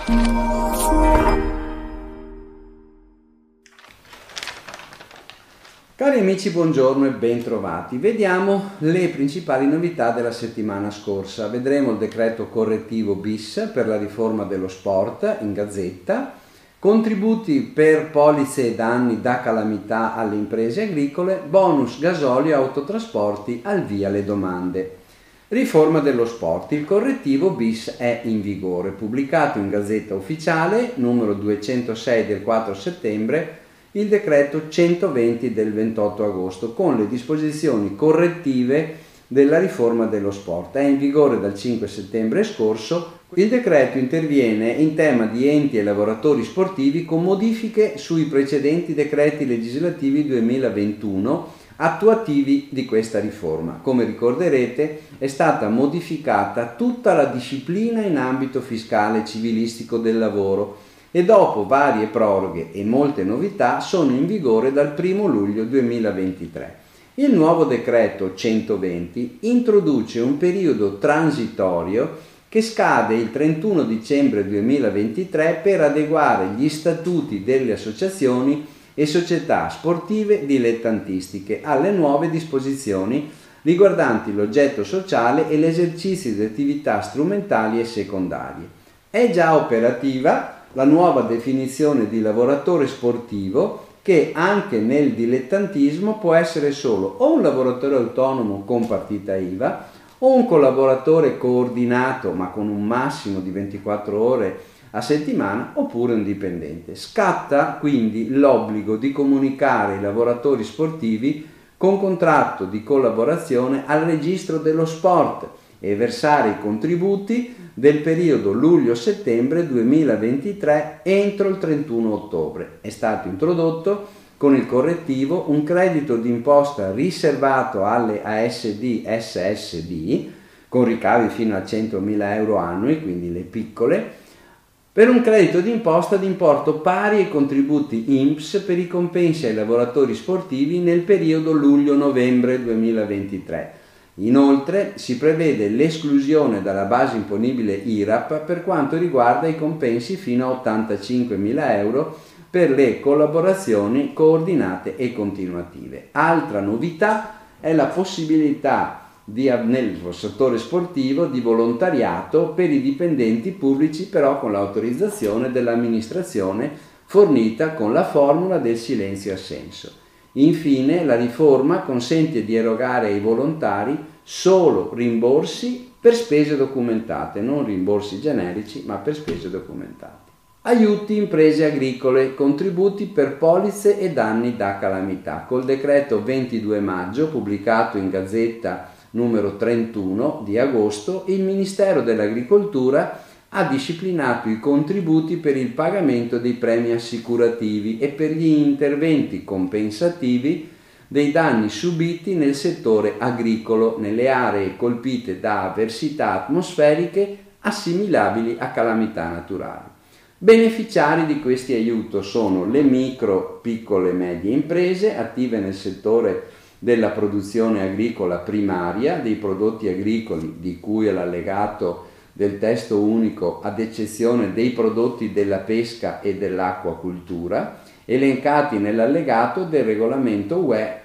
Cari amici, buongiorno e bentrovati. Vediamo le principali novità della settimana scorsa. Vedremo il decreto correttivo bis per la riforma dello sport in Gazzetta, contributi per polizze e danni da calamità alle imprese agricole, bonus gasolio e autotrasporti, al via le domande. Riforma dello sport. Il correttivo bis è in vigore, pubblicato in Gazzetta Ufficiale, numero 206 del 4 settembre, il decreto 120 del 28 agosto, con le disposizioni correttive della riforma dello sport. È in vigore dal 5 settembre scorso. Il decreto interviene in tema di enti e lavoratori sportivi con modifiche sui precedenti decreti legislativi 2021 attuativi di questa riforma. Come ricorderete, è stata modificata tutta la disciplina in ambito fiscale e civilistico del lavoro e dopo varie proroghe e molte novità sono in vigore dal 1 luglio 2023. Il nuovo decreto 120 introduce un periodo transitorio che scade il 31 dicembre 2023 per adeguare gli statuti delle associazioni e società sportive dilettantistiche alle nuove disposizioni riguardanti l'oggetto sociale e l'esercizio di attività strumentali e secondarie. È già operativa la nuova definizione di lavoratore sportivo, che anche nel dilettantismo può essere solo o un lavoratore autonomo con partita IVA o un collaboratore coordinato ma con un massimo di 24 ore a settimana oppure un dipendente. Scatta quindi l'obbligo di comunicare i lavoratori sportivi con contratto di collaborazione al registro dello sport e versare i contributi del periodo luglio-settembre 2023 entro il 31 ottobre. È stato introdotto con il correttivo un credito d'imposta riservato alle ASD SSD con ricavi fino a 100.000 euro annui, quindi le piccole, per un credito d'imposta di importo pari ai contributi INPS per i compensi ai lavoratori sportivi nel periodo luglio-novembre 2023. Inoltre si prevede l'esclusione dalla base imponibile IRAP per quanto riguarda i compensi fino a 85.000 euro per le collaborazioni coordinate e continuative. Altra novità è la possibilità nel settore sportivo di volontariato per i dipendenti pubblici, però con l'autorizzazione dell'amministrazione fornita con la formula del silenzio assenso. Infine, la riforma consente di erogare ai volontari solo rimborsi per spese documentate, non rimborsi generici, ma per spese documentate. Aiuti imprese agricole, contributi per polizze e danni da calamità. Col decreto 22 maggio, pubblicato in Gazzetta numero 31 di agosto, il Ministero dell'Agricoltura ha disciplinato i contributi per il pagamento dei premi assicurativi e per gli interventi compensativi dei danni subiti nel settore agricolo nelle aree colpite da avversità atmosferiche assimilabili a calamità naturali. Beneficiari di questi aiuti sono le micro, piccole e medie imprese attive nel settore della produzione agricola primaria, dei prodotti agricoli di cui all'allegato del testo unico ad eccezione dei prodotti della pesca e dell'acquacultura, elencati nell'allegato del regolamento UE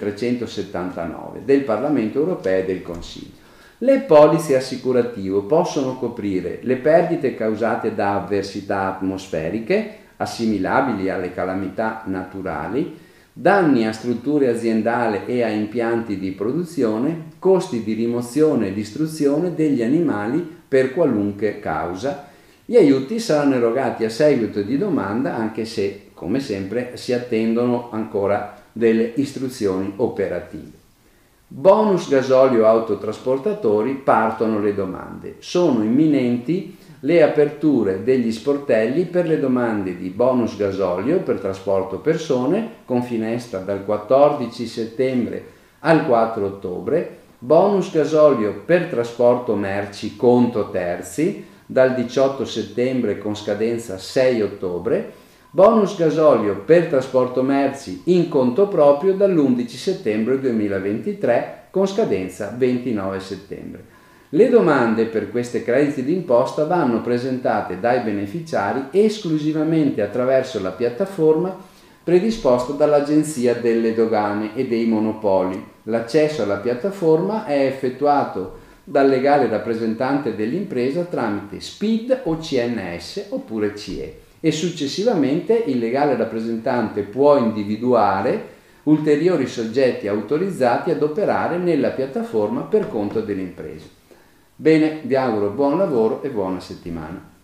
1379 del Parlamento europeo e del Consiglio. Le polizze assicurative possono coprire le perdite causate da avversità atmosferiche, assimilabili alle calamità naturali, danni a strutture aziendali e a impianti di produzione, costi di rimozione e distruzione degli animali per qualunque causa. Gli aiuti saranno erogati a seguito di domanda, anche se, come sempre, si attendono ancora delle istruzioni operative. Bonus gasolio autotrasportatori, partono le domande. Sono imminenti le aperture degli sportelli per le domande di bonus gasolio per trasporto persone, con finestra dal 14 settembre al 4 ottobre, bonus gasolio per trasporto merci conto terzi dal 18 settembre con scadenza 6 ottobre, bonus gasolio per trasporto merci in conto proprio dall'11 settembre 2023 con scadenza 29 settembre. Le domande per questi crediti d'imposta vanno presentate dai beneficiari esclusivamente attraverso la piattaforma predisposta dall'Agenzia delle Dogane e dei Monopoli. L'accesso alla piattaforma è effettuato dal legale rappresentante dell'impresa tramite SPID o CNS oppure CIE e successivamente il legale rappresentante può individuare ulteriori soggetti autorizzati ad operare nella piattaforma per conto dell'impresa. Bene, vi auguro buon lavoro e buona settimana.